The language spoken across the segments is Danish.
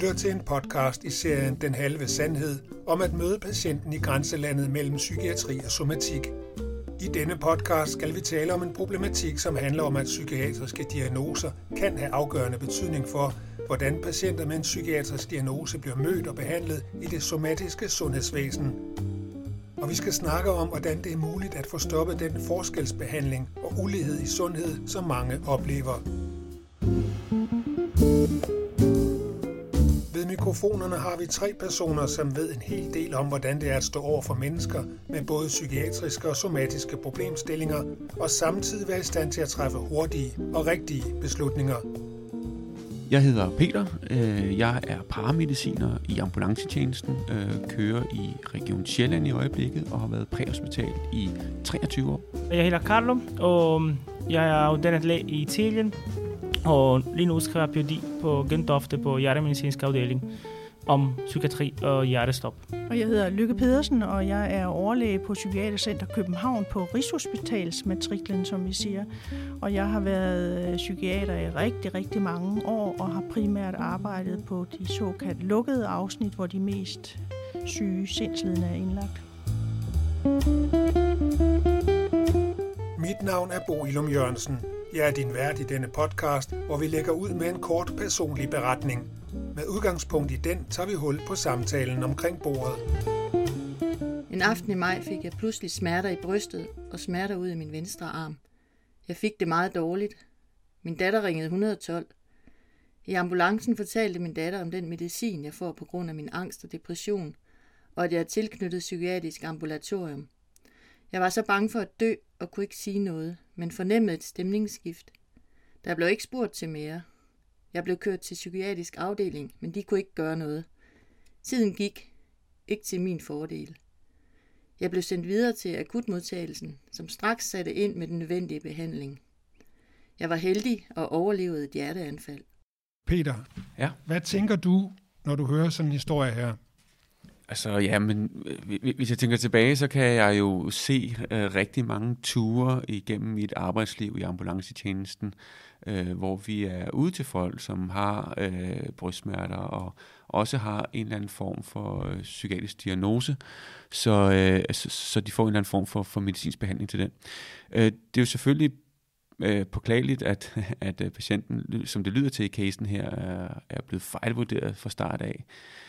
lytter til en podcast i serien Den halve sandhed om at møde patienten i grænselandet mellem psykiatri og somatik. I denne podcast skal vi tale om en problematik, som handler om, at psykiatriske diagnoser kan have afgørende betydning for, hvordan patienter med en psykiatrisk diagnose bliver mødt og behandlet i det somatiske sundhedsvæsen. Og vi skal snakke om, hvordan det er muligt at få stoppet den forskelsbehandling og ulighed i sundhed, som mange oplever. Ved mikrofonerne har vi 3 personer, som ved en hel del om, hvordan det er at stå over for mennesker med både psykiatriske og somatiske problemstillinger, og samtidig være i stand til at træffe hurtige og rigtige beslutninger. Jeg hedder Peter. Jeg er paramediciner i ambulancetjenesten, kører i Region Sjælland i øjeblikket og har været præhospital i 23 år. Jeg hedder Carlo, og jeg er uddannet læge i Italien, og lige nu skriver jeg Ph.D. på Gentofte på hjertemedicinsk afdeling om psykiatri og hjertestop. Og jeg hedder Lykke Pedersen, og jeg er overlæge på Psykiatrisk Center København på Rigshospitalsmatriklen, som vi siger. Og jeg har været psykiater i rigtig, rigtig mange år, og har primært arbejdet på de såkaldt lukkede afsnit, hvor de mest syge sindslidende er indlagt. Mit navn er Bo Ilum Jørgensen. Jeg er din vært i denne podcast, hvor vi lægger ud med en kort personlig beretning. Med udgangspunkt i den tager vi hul på samtalen omkring bordet. En aften i maj fik jeg pludselig smerter i brystet og smerter ud i min venstre arm. Jeg fik det meget dårligt. Min datter ringede 112. I ambulancen fortalte min datter om den medicin, jeg får på grund af min angst og depression, og at jeg er tilknyttet psykiatrisk ambulatorium. Jeg var så bange for at dø og kunne ikke sige noget, men fornemmede et stemningsskift. Der blev ikke spurgt til mere. Jeg blev kørt til psykiatrisk afdeling, men de kunne ikke gøre noget. Tiden gik ikke til min fordel. Jeg blev sendt videre til akutmodtagelsen, som straks satte ind med den nødvendige behandling. Jeg var heldig og overlevede et hjerteanfald. Peter, Ja. hvad tænker du, når du hører sådan en historie her? Altså, ja, men hvis jeg tænker tilbage, så kan jeg jo se rigtig mange ture igennem mit arbejdsliv i ambulancetjenesten, hvor vi er ude til folk, som har brystsmerter og også har en eller anden form for psykiatrisk diagnose, så de får en eller anden form for medicinsk behandling til den. Det er jo selvfølgelig påklageligt, at patienten, som det lyder til i casen her, er blevet fejlvurderet fra start af.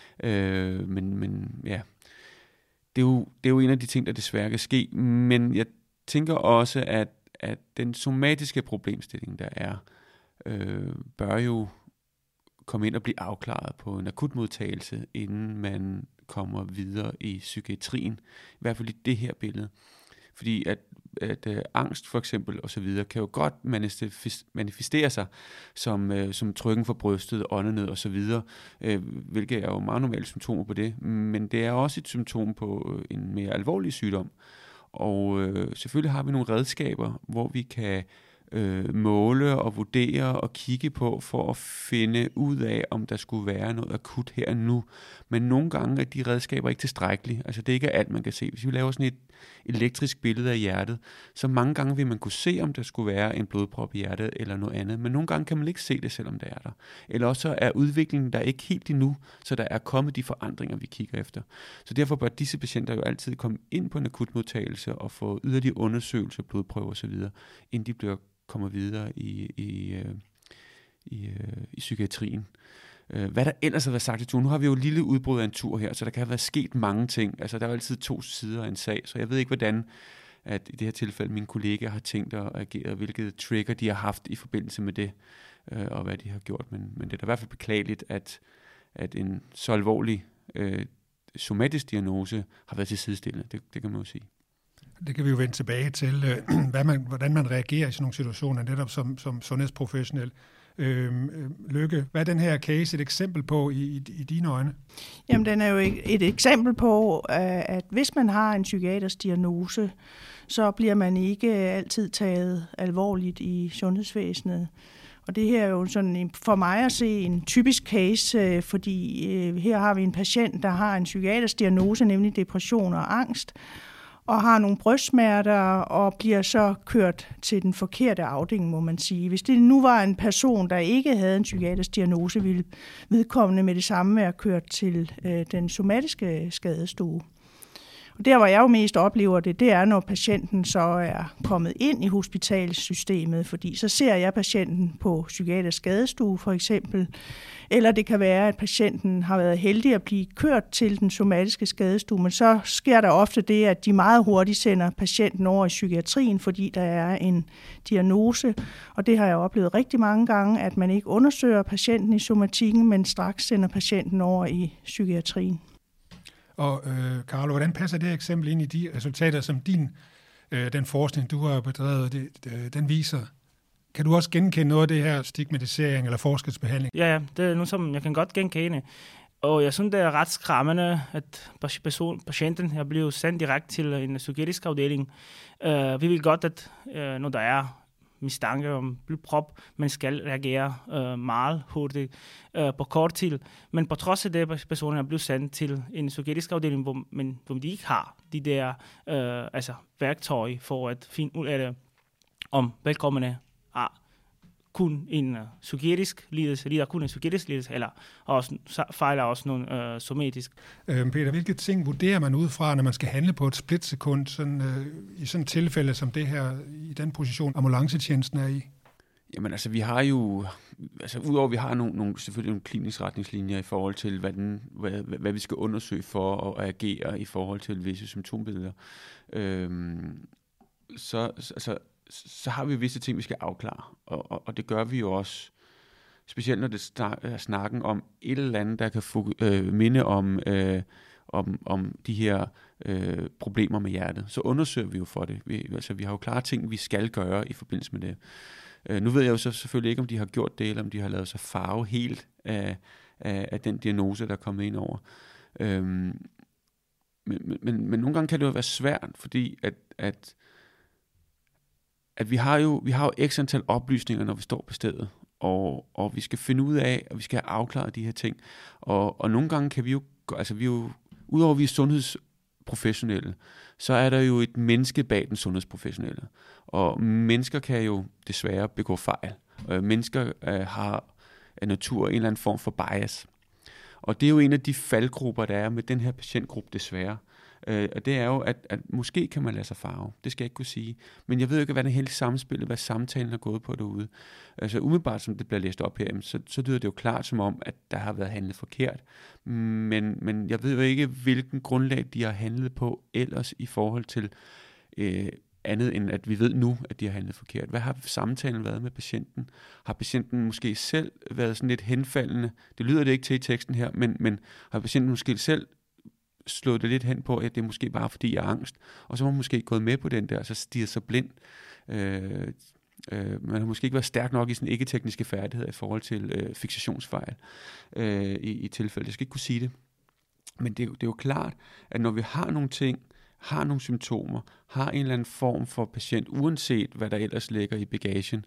Men ja, det er jo en af de ting, der desværre kan ske. Men jeg tænker også, at den somatiske problemstilling, der er, bør jo komme ind og blive afklaret på en akutmodtagelse, inden man kommer videre i psykiatrien. I hvert fald i det her billede. Fordi at angst for eksempel og så videre kan jo godt manifestere sig som trykken for brystet, åndenød og så videre, hvilket er jo meget normale symptomer på det, men det er også et symptom på en mere alvorlig sygdom. Og selvfølgelig har vi nogle redskaber, hvor vi kan måle og vurdere og kigge på for at finde ud af, om der skulle være noget akut her og nu. Men nogle gange er de redskaber ikke tilstrækkelige. Altså det er ikke alt, man kan se. Hvis vi laver sådan et elektrisk billede af hjertet, så mange gange vil man kunne se, om der skulle være en blodprop i hjertet eller noget andet. Men nogle gange kan man ikke se det, selvom det er der. Eller også er udviklingen der ikke helt endnu, så der er kommet de forandringer, vi kigger efter. Så derfor bør disse patienter jo altid komme ind på en akutmodtagelse og få yderligere undersøgelser, blodprøver osv., inden de kommer videre i psykiatrien. Hvad der ellers har været sagt i turen. Nu har vi jo et lille udbrud af en tur her, så der kan have været sket mange ting. Altså der er jo altid 2 sider af en sag, så jeg ved ikke, hvordan at i det her tilfælde mine kollegaer har tænkt at agere, hvilket trigger de har haft i forbindelse med det, og hvad de har gjort. Men det er da i hvert fald beklageligt, at en så alvorlig somatisk diagnose har været til sidestillet. Det kan man jo sige. Det kan vi jo vende tilbage til, hvordan man reagerer i sådan nogle situationer, netop som sundhedsprofessionel. Lykke, hvad er den her case et eksempel på i dine øjne? Jamen, den er jo et eksempel på, at hvis man har en psykiatrisk diagnose, så bliver man ikke altid taget alvorligt i sundhedsvæsenet. Og det her er jo sådan for mig at se en typisk case, fordi her har vi en patient, der har en psykiatrisk diagnose, nemlig depression og angst. og har nogle brystsmerter og bliver så kørt til den forkerte afdeling, må man sige. Hvis det nu var en person, der ikke havde en psykiatrisk diagnose, ville vedkommende med det samme være kørt til den somatiske skadestue. Og der, hvor jeg jo mest oplever det er, når patienten så er kommet ind i hospitalssystemet, fordi så ser jeg patienten på psykiatrisk skadestue for eksempel, eller det kan være, at patienten har været heldig at blive kørt til den somatiske skadestue, men så sker der ofte det, at de meget hurtigt sender patienten over i psykiatrien, fordi der er en diagnose, og det har jeg oplevet rigtig mange gange, at man ikke undersøger patienten i somatikken, men straks sender patienten over i psykiatrien. Og Carlo, hvordan passer det eksempel ind i de resultater, som den forskning, du har bedrevet, den viser? Kan du også genkende noget af det her stigmatisering eller forskelsbehandling? Ja, det er noget, som jeg kan godt genkende. Og jeg synes, det er ret skræmmende, at patienten er blevet sendt direkte til en psykiatrisk afdeling. Vi vil godt, at når der er mistanke om blodprop, man skal reagere meget hurtigt på kort tid. Men på trods af det, personen er blevet sendt til en psykiatrisk afdeling, hvor de ikke har de der værktøj for at finde ud af det, om velkommende er kun en psykiatrisk lidelse, eller også fejler også nogle somatisk. Peter, hvilke ting vurderer man ud fra, når man skal handle på et splitsekund, i sådan et tilfælde som det her, i den position ambulancetjenesten er i? Jamen altså, vi har jo, udover vi har selvfølgelig nogle kliniske retningslinjer i forhold til, hvad vi skal undersøge for at agere i forhold til visse symptombilleder, så har vi visse ting, vi skal afklare, og det gør vi jo også, specielt når det er snakken om et eller andet, der kan minde om de her problemer med hjertet. Så undersøger vi jo for det. Vi har jo klare ting, vi skal gøre i forbindelse med det. Nu ved jeg jo så selvfølgelig ikke, om de har gjort det, eller om de har lavet sig farve helt af den diagnose, der er kommet ind over. Men nogle gange kan det jo være svært, fordi at vi har jo x antal oplysninger, når vi står på stedet, og vi skal finde ud af, og vi skal have afklaret de her ting. Og nogle gange kan vi jo udover at vi er sundhedsprofessionelle, så er der jo et menneske bag den sundhedsprofessionelle. Og mennesker kan jo desværre begå fejl. Mennesker har af natur en eller anden form for bias. Og det er jo en af de faldgrupper, der er med den her patientgruppe desværre. Og det er jo, at måske kan man lade sig farve. Det skal jeg ikke kunne sige. Men jeg ved jo ikke, hvad det hele samspillet, hvad samtalen er gået på derude. Altså umiddelbart, som det bliver læst op her, så lyder det jo klart som om, at der har været handlet forkert. Men jeg ved jo ikke, hvilken grundlag de har handlet på ellers i forhold til andet end, at vi ved nu, at de har handlet forkert. Hvad har samtalen været med patienten? Har patienten måske selv været sådan lidt henfaldende? Det lyder det ikke til i teksten her, men har patienten måske selv slået det lidt hen på, at det er måske bare fordi jeg er angst, og så har man måske gået med på den der, så stiger sig blind. Man har måske ikke været stærk nok i sin ikke-tekniske færdigheder i forhold til fiksationsfejl i tilfælde. Jeg skal ikke kunne sige det, men det er jo klart, at når vi har nogle ting, har nogle symptomer, har en eller anden form for patient, uanset hvad der ellers ligger i bagagen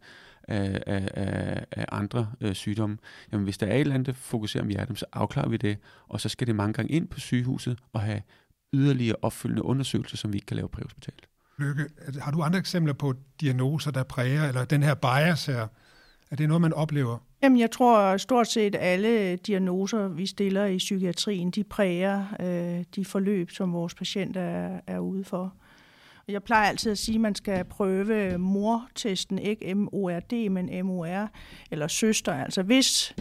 af andre sygdomme, jamen hvis der er et eller andet, der fokuserer om hjertet, så afklarer vi det, og så skal det mange gange ind på sygehuset og have yderligere opfølgende undersøgelser, som vi ikke kan lave præhospitalt. Lykke, har du andre eksempler på diagnoser, der præger, eller den her bias her? Er det noget, man oplever? Jamen, jeg tror stort set alle diagnoser, vi stiller i psykiatrien, de præger de forløb, som vores patienter er ude for. Jeg plejer altid at sige, at man skal prøve mortesten, ikke MORD, men MOR, eller søster. Altså hvis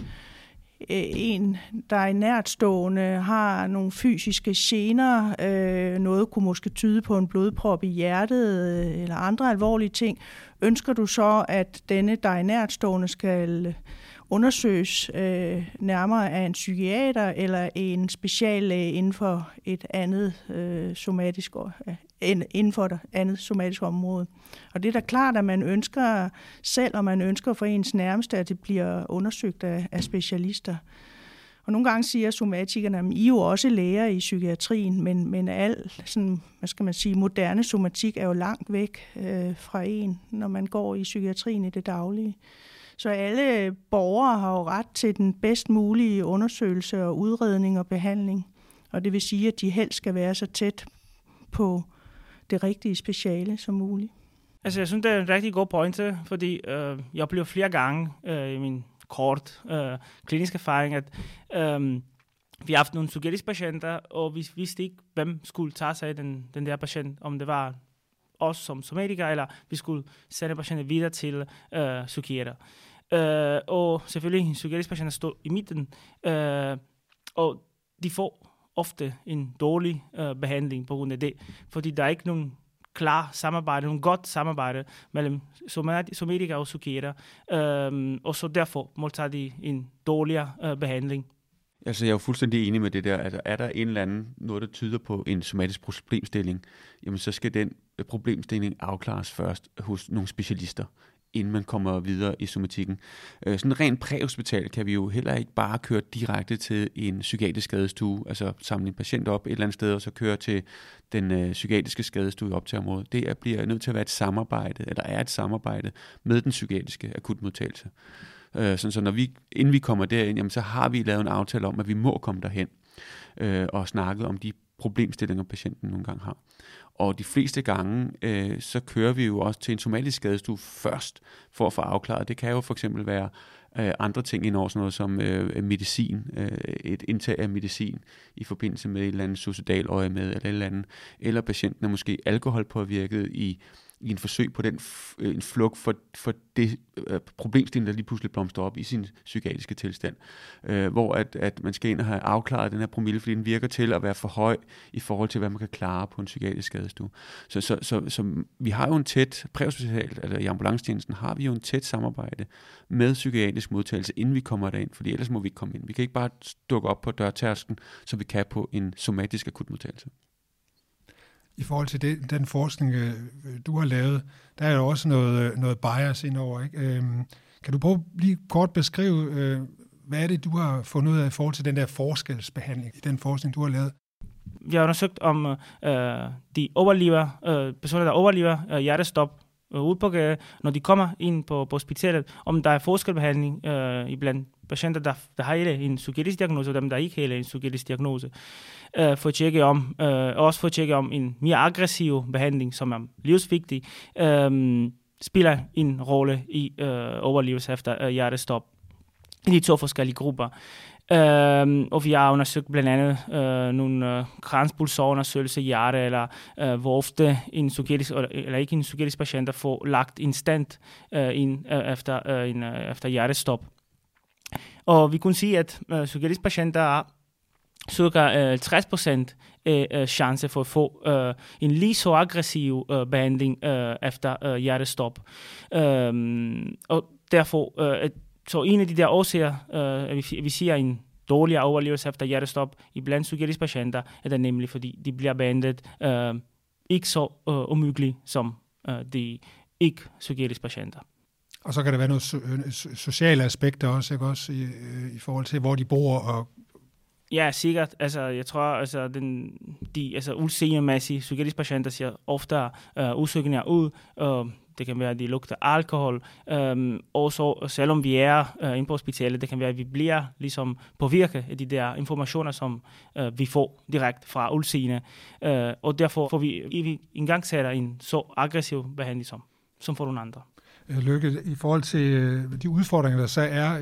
en, der er nærtstående, har nogle fysiske gener, noget kunne måske tyde på en blodprop i hjertet, eller andre alvorlige ting, ønsker du så, at denne, der er nærtstående, skal undersøges nærmere af en psykiater eller en speciallæge inden for et andet somatisk område. Og det er da klart, at man ønsker selv, og man ønsker for ens nærmeste, at det bliver undersøgt af specialister. Og nogle gange siger somatikerne, at I er jo også læger i psykiatrien, men al sådan, hvad skal man sige, moderne somatik er jo langt væk fra en, når man går i psykiatrien i det daglige. Så alle borgere har jo ret til den bedst mulige undersøgelse og udredning og behandling. Og det vil sige, at de helst skal være så tæt på det rigtige speciale som muligt. Altså, jeg synes, det er en rigtig god pointe, fordi jeg oplever flere gange i min kort kliniske erfaring, at vi har haft nogle psykiatriske patienter, og vi vidste ikke, hvem skulle tage sig af den der patient, om det var os som somatikere, eller vi skulle sende patienten videre til psykiater. Og selvfølgelig, psykiatriske patienter står i midten, og de får ofte en dårlig behandling på grund af det, fordi der er ikke nogen klar samarbejde, nogen godt samarbejde mellem somatikere og psykiater, og så derfor modtager de en dårligere behandling. Altså, jeg er jo fuldstændig enig med det der. Altså, er der en eller anden noget, der tyder på en somatisk problemstilling, jamen så skal den problemstilling afklares først hos nogle specialister, inden man kommer videre i somatikken. Sådan rent præhospital kan vi jo heller ikke bare køre direkte til en psykiatrisk skadestue, altså samle en patient op et eller andet sted, og så køre til den psykiatriske skadestue i optagområdet. Det bliver nødt til at være et samarbejde, eller er et samarbejde med den psykiatriske akutmodtagelse. Så inden vi kommer derind, jamen, så har vi lavet en aftale om, at vi må komme derhen og snakke om de problemstillinger, patienten nogle gange har. Og de fleste gange, så kører vi jo også til en somatisk skadestue først, for at få afklaret. Det kan jo for eksempel være andre ting indover, sådan noget som medicin, et indtag af medicin i forbindelse med et eller andet suicidaløje med, eller et eller andet, eller patienten er måske alkoholpåvirket i en forsøg på en flugt for det problemstilling, der lige pludselig blomster op i sin psykiatriske tilstand. Hvor at man skal ind og have afklaret den her promille, fordi den virker til at være for høj i forhold til, hvad man kan klare på en psykiatrisk skadestue. Så vi har jo en tæt, præhospitalt, eller i ambulancetjenesten har vi jo en tæt samarbejde med psykiatrisk modtagelse, inden vi kommer derind, fordi ellers må vi ikke komme ind. Vi kan ikke bare dukke op på dørtærsken, som vi kan på en somatisk akutmodtagelse. I forhold til den forskning, du har lavet, der er jo også noget bias indover, ikke? Kan du prøve lige kort beskrive, hvad er det, du har fundet ud af i forhold til den der forskelsbehandling i den forskning, du har lavet? Vi har undersøgt om de personer, der overlever hjertestop ude på gaden, når de kommer ind på hospitalet, om der er forskelbehandling iblandt patienter, der har en psykiatrisk diagnose, og dem, der ikke har en psykiatrisk diagnose. For at tjekke om, også for at tjekke om en mere aggressiv behandling, som er livsvigtig, spiller en rolle i overlevelse efter hjertestop i de to forskellige grupper. Og vi har undersøgt blandt andet nogle kranspulsårundersøgelser i hjerte, eller hvor ofte en psykiatrisk, eller ikke en psykiatrisk patient får lagt en stent efter hjertestop. Og vi kunne sige, at psykiatriske patienter har cirka 60% chance for at få en lige så aggressiv behandling efter hjertestop. Og derfor, så en af de der årsager, vi siger en dårligere overlevelse efter hjertestop i blandt psykiatriske patienter, er det nemlig, fordi de bliver behandlet ikke så umyggeligt som de ikke-psykiatriske patienter. Og så kan der være nogle sociale aspekter også, ikke? Også i forhold til, hvor de bor. Og ja, sikkert. Altså, jeg tror, de udseendemæssige psykiatriske patienter ser ofte usikkerheder ud. Det kan være, at de lugter alkohol. Og så, selvom vi er inde på hospitalet, det kan være, at vi bliver ligesom påvirket af de der informationer, som vi får direkte fra udseende. Og derfor får vi engang sætter en så aggressiv behandling som for nogle andre. Lykke, i forhold til de udfordringer, der så er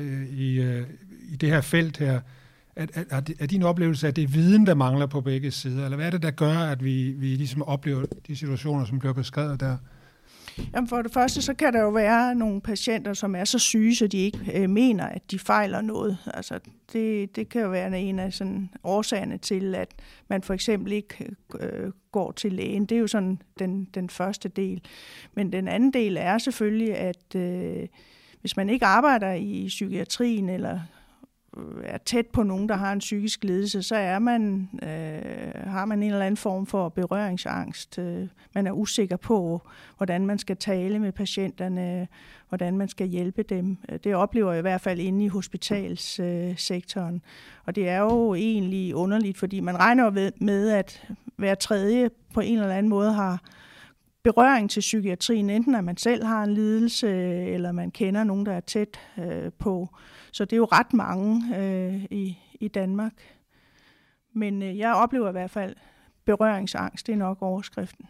i det her felt her, er din oplevelse, at det er viden, der mangler på begge sider? Eller hvad er det, der gør, at vi ligesom oplever de situationer, som bliver beskrevet der? Jamen for det første, så kan der jo være nogle patienter, som er så syge, så de ikke mener, at de fejler noget. Altså, det kan jo være en af sådan årsagerne til, at man for eksempel ikke går til lægen. Det er jo sådan den første del. Men den anden del er selvfølgelig, at hvis man ikke arbejder i psykiatrien eller er tæt på nogen, der har en psykisk lidelse, så har man en eller anden form for berøringsangst. Man er usikker på, hvordan man skal tale med patienterne, hvordan man skal hjælpe dem. Det oplever jeg i hvert fald inde i hospitalssektoren. Og det er jo egentlig underligt, fordi man regner jo med, at hver tredje på en eller anden måde har berøring til psykiatrien, enten at man selv har en lidelse, eller man kender nogen, der er tæt på. Så det er jo ret mange i Danmark. Men jeg oplever i hvert fald berøringsangst, det er nok overskriften.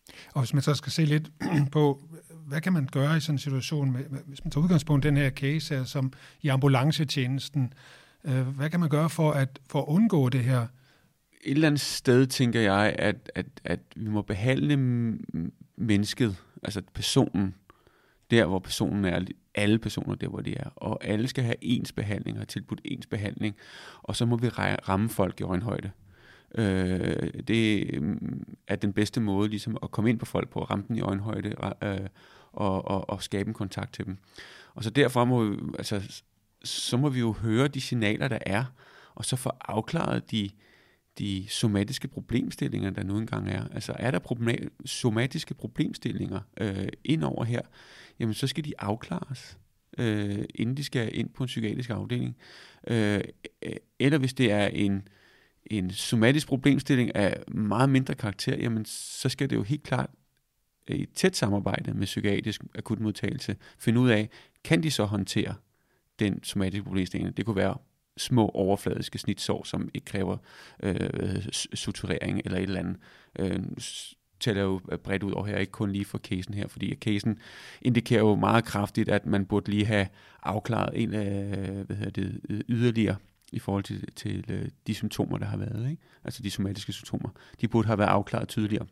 Og hvis man så skal se lidt på, hvad kan man gøre i sådan en situation, hvis man tager udgangspunkt i den her case her, som i ambulancetjenesten, hvad kan man gøre for at undgå det her? Et eller andet sted tænker jeg, at vi må behandle mennesket, altså personen, der hvor personen er, alle personer der hvor de er, og alle skal have ens behandling, og tilbudt ens behandling, og så må vi ramme folk i øjenhøjde. Det er den bedste måde ligesom at komme ind på folk på, at ramme dem i øjenhøjde og skabe en kontakt til dem. Og så derfor må vi jo høre de signaler, der er, og så få afklaret de somatiske problemstillinger, der nu engang er. Altså er der somatiske problemstillinger indover her, jamen så skal de afklares, inden de skal ind på en psykiatrisk afdeling. Eller hvis det er en somatisk problemstilling af meget mindre karakter, jamen så skal det jo helt klart i et tæt samarbejde med psykiatrisk akutmodtagelse finde ud af, kan de så håndtere den somatiske problemstilling. Det kunne være små overfladiske snitsår, som ikke kræver suturering eller et eller andet. Tæller jo bredt ud over her, ikke kun lige for casen her, fordi casen indikerer jo meget kraftigt, at man burde lige have afklaret en yderligere i forhold til de symptomer, der har været, ikke? Altså de somatiske symptomer. De burde have været afklaret tydeligere.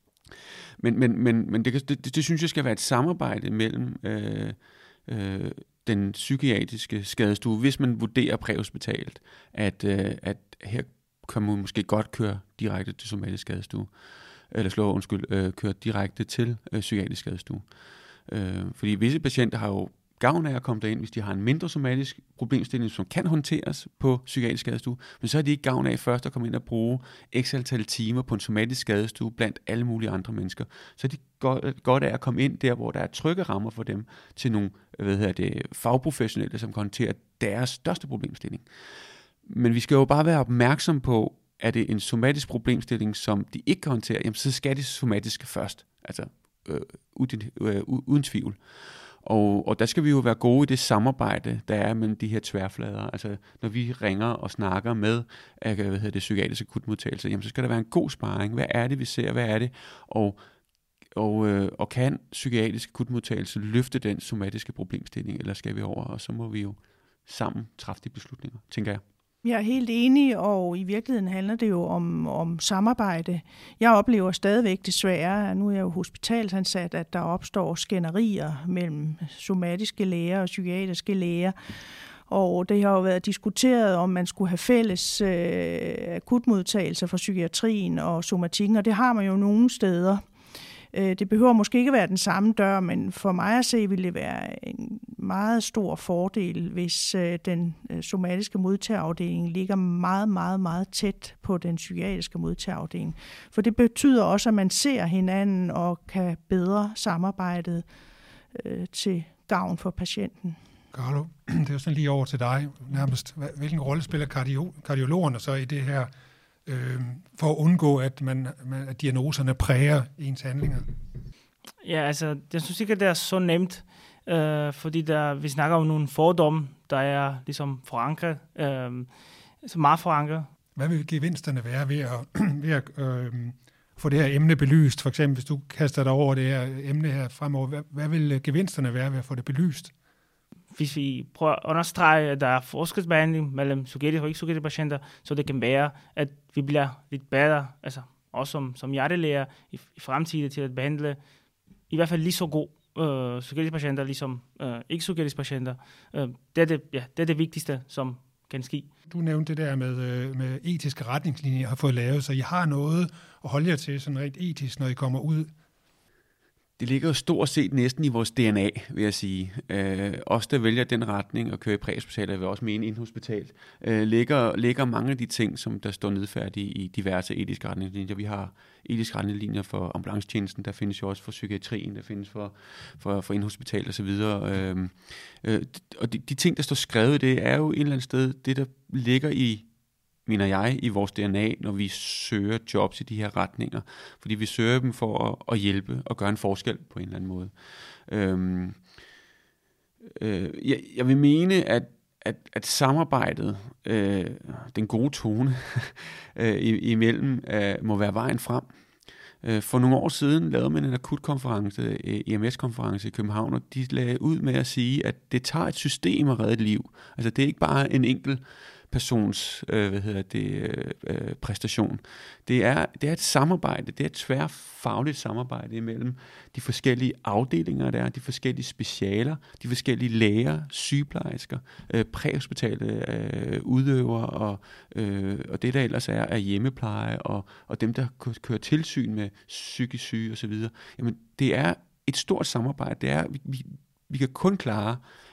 Men det synes jeg skal være et samarbejde mellem den psykiatriske skadestue, hvis man vurderer præhospitalt, at her kan man måske godt køre direkte til somatisk skadestue, eller køre direkte til psykiatrisk skadestue. Fordi visse patienter har jo gavn af at komme derind, hvis de har en mindre somatisk problemstilling, som kan håndteres på psykiatrisk skadestue, men så har de ikke gavn af først at komme ind og bruge x antal timer på en somatisk skadestue blandt alle mulige andre mennesker. Så er de godt af at komme ind der, hvor der er trygge rammer for dem, til nogle fagprofessionelle, som kan håndtere deres største problemstilling. Men vi skal jo bare være opmærksom på, at det er en somatisk problemstilling, som de ikke kan håndtere, jamen så skal de somatiske først, altså uden tvivl. Og der skal vi jo være gode i det samarbejde, der er mellem de her tværflader. Altså når vi ringer og snakker med psykiatrisk akutmodtagelse, jamen så skal der være en god sparring. Hvad er det, vi ser? Hvad er det? Og kan psykiatrisk akutmodtagelse løfte den somatiske problemstilling, eller skal vi over? Og så må vi jo sammen træffe de beslutninger, tænker jeg. Jeg er helt enig, og i virkeligheden handler det jo om samarbejde. Jeg oplever stadigvæk desværre, nu er jeg jo hospitalsansat, at der opstår skænderier mellem somatiske læger og psykiatriske læger. Og det har jo været diskuteret, om man skulle have fælles akutmodtagelser for psykiatrien og somatikken, og det har man jo nogle steder. Det behøver måske ikke være den samme dør, men for mig at se, vil det være en meget stor fordel, hvis den somatiske modtagerafdeling ligger meget, meget, meget tæt på den psykiatriske modtagerafdeling. For det betyder også, at man ser hinanden og kan bedre samarbejdet til gavn for patienten. Carlo, det er jo sådan lige over til dig nærmest. Hvilken rolle spiller kardiologerne så i det her, for at undgå, at diagnoserne præger ens handlinger? Ja, altså, jeg synes ikke, at det er så nemt, fordi vi snakker om nogle fordomme, der er ligesom forankret, så meget forankret. Hvad vil gevinsterne være ved at få det her emne belyst? For eksempel, hvis du kaster dig over det her emne her fremover, hvad vil gevinsterne være ved at få det belyst? Hvis vi prøver at understrege, at der er forskelsbehandling mellem psykiatriske og ikke-psykiatriske patienter, så det kan være, at vi bliver lidt bedre, altså også som hjertelæger i fremtiden til at behandle i hvert fald lige så god psykiatriske patienter, ligesom ikke-psykiatriske patienter. Det er det vigtigste, som kan ske. Du nævnte det der med etiske retningslinjer, jeg har fået lavet, så I har noget at holde jer til sådan rent etisk, når I kommer ud. Det ligger jo stort set næsten i vores DNA, vil jeg sige. Os, der vælger den retning og kører i præhospitaler, jeg vil også mene inhospitalt, ligger mange af de ting, som der står nedfærdige i diverse etiske retningslinjer. Vi har etiske retningslinjer for ambulancetjenesten, der findes jo også for psykiatrien, der findes for inhospital og så videre. Og de ting, der står skrevet, det er jo et eller andet sted, det der ligger mener jeg, i vores DNA, når vi søger jobs i de her retninger. Fordi vi søger dem for at hjælpe og gøre en forskel på en eller anden måde. Jeg vil mene, at samarbejdet, den gode tone imellem, må være vejen frem. For nogle år siden lavede man en akutkonference, EMS-konference i København, og de lagde ud med at sige, at det tager et system at redde et liv. Altså det er ikke bare en enkelt persons præstation. Det er et samarbejde, det er et tværfagligt samarbejde imellem de forskellige afdelinger, der er, de forskellige specialer, de forskellige læger, sygeplejersker, præhospitale udøvere og det der ellers er hjemmepleje og dem, der kører tilsyn med psykisk syge osv. Jamen, det er et stort samarbejde. Det er, vi kan kun klare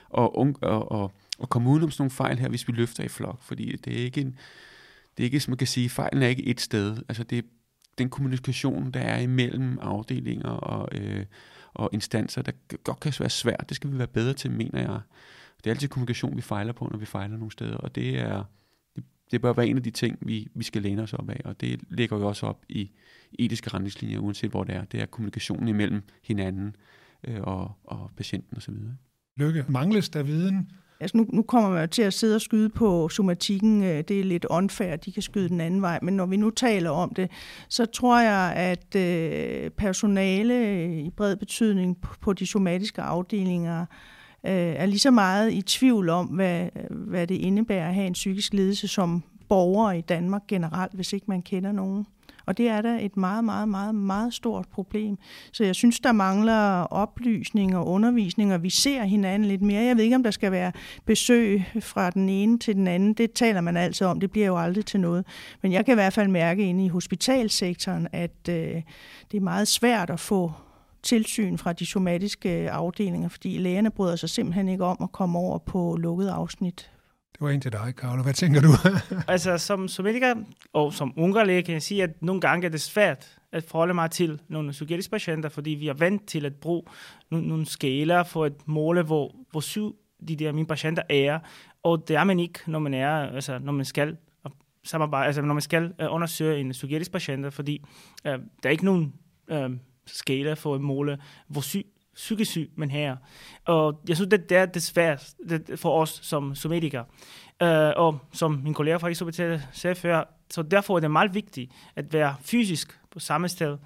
og komme udenom sådan nogle fejl her, hvis vi løfter i flok, fordi det er ikke, som man kan sige, fejlen er ikke et sted. Altså det er den kommunikation, der er imellem afdelinger og instanser, der godt kan være svært. Det skal vi være bedre til, mener jeg. Det er altid kommunikation, vi fejler på, når vi fejler nogle steder, og det bør være en af de ting, vi skal læne os op af, og det ligger jo også op i etiske retningslinjer, uanset hvor det er. Det er kommunikationen imellem hinanden og patienten osv. Lykke, mangles der viden? Altså nu kommer man jo til at sidde og skyde på somatikken. Det er lidt unfair, de kan skyde den anden vej. Men når vi nu taler om det, så tror jeg, at personale i bred betydning på de somatiske afdelinger er lige så meget i tvivl om, hvad det indebærer at have en psykisk lidelse som borger i Danmark generelt, hvis ikke man kender nogen. Og det er da et meget, meget, meget, meget stort problem. Så jeg synes, der mangler oplysning og undervisning, og vi ser hinanden lidt mere. Jeg ved ikke, om der skal være besøg fra den ene til den anden. Det taler man altid om. Det bliver jo aldrig til noget. Men jeg kan i hvert fald mærke inde i hospitalsektoren, at det er meget svært at få tilsyn fra de somatiske afdelinger, fordi lægerne bryder sig simpelthen ikke om at komme over på lukket afsnit. Det var en til dig, Carlo. Hvad tænker du? Altså, som somatiker og som ungerlæge kan jeg sige, at nogle gange er det svært at forholde mig til nogle psykiatriske patienter, fordi vi er vant til at bruge nogle skala for at måle, hvor syg de der mine patienter er, og det er man ikke, når man er, altså når man skal samarbejde, altså når man skal undersøge en psykiatrisk patient, fordi der er ikke nogen skala for at måle, hvor psykisk syg man har. Og jeg synes, det er svært for os som somatikere. Og som min kollega fra Rigshospitalet sagde før, så derfor er det meget vigtigt at være fysisk på samme sted,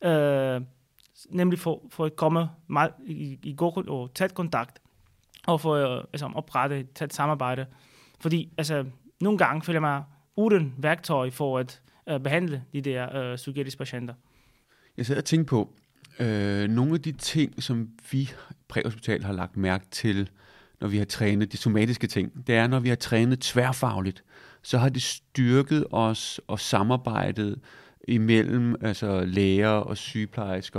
nemlig for at komme meget i god og tæt kontakt, og for at oprette et tæt samarbejde. Fordi nogle gange føler jeg mig uden værktøj for at behandle de der psykiatriske patienter. Jeg sidder og tænker på, nogle af de ting, som vi præhospital har lagt mærke til, når vi har trænet de somatiske ting, det er, når vi har trænet tværfagligt, så har det styrket os og samarbejdet imellem læger og sygeplejersker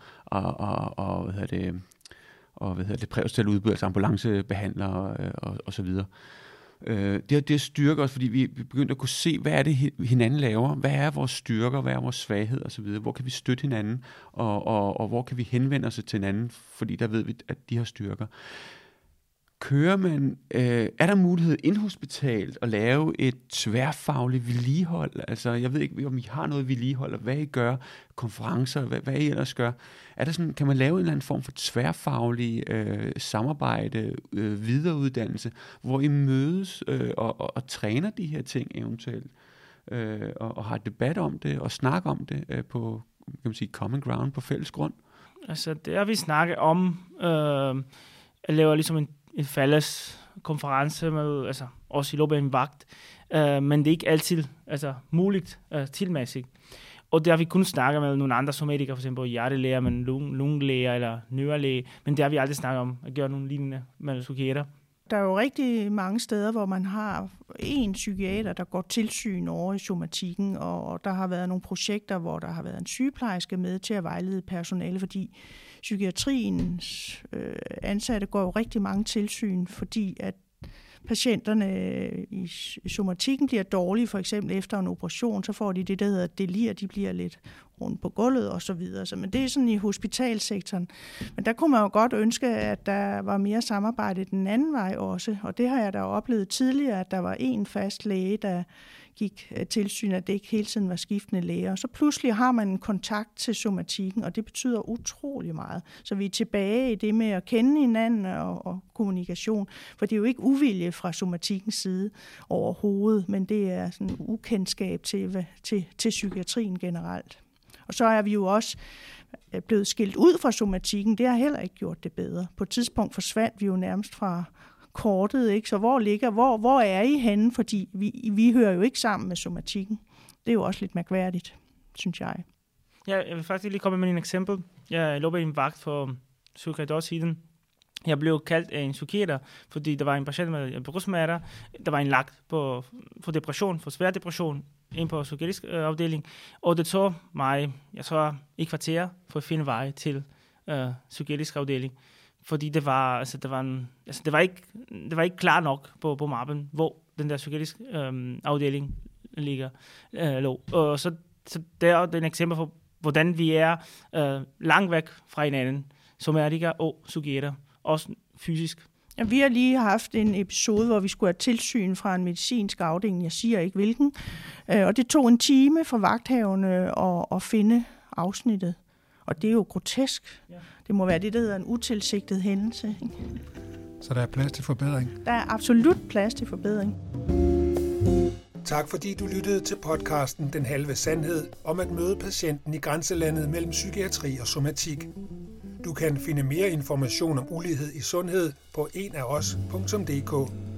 og præhospitale udbud, altså ambulancebehandlere og så videre. Det styrker os, fordi vi begyndte at kunne se, hvad er det hinanden laver, hvad er vores styrker, hvad er vores svaghed og så videre, hvor kan vi støtte hinanden, og hvor kan vi henvende os til hinanden, fordi der ved vi, at de har styrker. Kører man, er der mulighed inhospitalt at lave et tværfagligt vedligehold? Altså, jeg ved ikke, om I har noget vedligehold, og hvad I gør, konferencer, hvad I ellers gør. Er der sådan, kan man lave en eller anden form for tværfaglig samarbejde, videreuddannelse, hvor I mødes og træner de her ting eventuelt, og har debat om det, og snakker om det på, kan man sige, common ground, på fælles grund? Altså, det er, vi snakker om, at lave ligesom en fælles konference med, også i løbet af en vagt, men det er ikke altid muligt tilmæssigt. Og der har vi kun snakket med nogle andre somatikere, for eksempel hjertelæger, men lungelæger eller nørelæge, men der har vi aldrig snakket om at gøre nogle lignende med psykiater. Der er jo rigtig mange steder, hvor man har en psykiater, der går tilsyn over i somatikken, og der har været nogle projekter, hvor der har været en sygeplejerske med til at vejlede personale, fordi psykiatriens ansatte går jo rigtig mange tilsyn, fordi at patienterne i somatikken bliver dårlige, for eksempel efter en operation, så får de det, der hedder delir, de bliver lidt rundt på gulvet og så videre. Men det er sådan i hospitalsektoren. Men der kunne man jo godt ønske, at der var mere samarbejde den anden vej også, og det har jeg da oplevet tidligere, at der var en fast læge, der gik tilsyn, at det ikke hele tiden var skiftende læger. Og så pludselig har man en kontakt til somatikken, og det betyder utrolig meget. Så vi er tilbage i det med at kende hinanden og kommunikation, for det er jo ikke uvilje fra somatikkens side overhovedet, men det er sådan ukendskab til psykiatrien generelt. Og så er vi jo også blevet skilt ud fra somatikken. Det har heller ikke gjort det bedre. På et tidspunkt forsvandt vi jo nærmest fra kortet, ikke? Så hvor er I henne? Fordi vi hører jo ikke sammen med somatikken. Det er jo også lidt mærkværdigt, synes jeg. Ja, jeg vil faktisk lige komme med et eksempel. Jeg lå på en vagt for 7 år siden. Jeg blev kaldt af en psykiater, fordi der var en patient med brystsmerter. Der var en lagt for depression, for svær depression, ind på psykiatrisk afdeling. Og det tog mig, jeg tror, et kvarter for at finde vej til psykiatrisk afdeling. Fordi det var ikke klar nok på mappen, hvor den der psykiatrisk afdeling lå. Og så det er et eksempel på, hvordan vi er langt væk fra hinanden, somatikere og psykiater, også fysisk. Ja, vi har lige haft en episode, hvor vi skulle have tilsyn fra en medicinsk afdeling, jeg siger ikke hvilken, og det tog en time for vagthaverne at finde afsnittet. Og det er jo grotesk. Ja. Det må være det, der hedder en utilsigtet hændelse. Ikke? Så der er plads til forbedring? Der er absolut plads til forbedring. Tak fordi du lyttede til podcasten Den Halve Sandhed om at møde patienten i grænselandet mellem psykiatri og somatik. Du kan finde mere information om ulighed i sundhed på enafos.dk.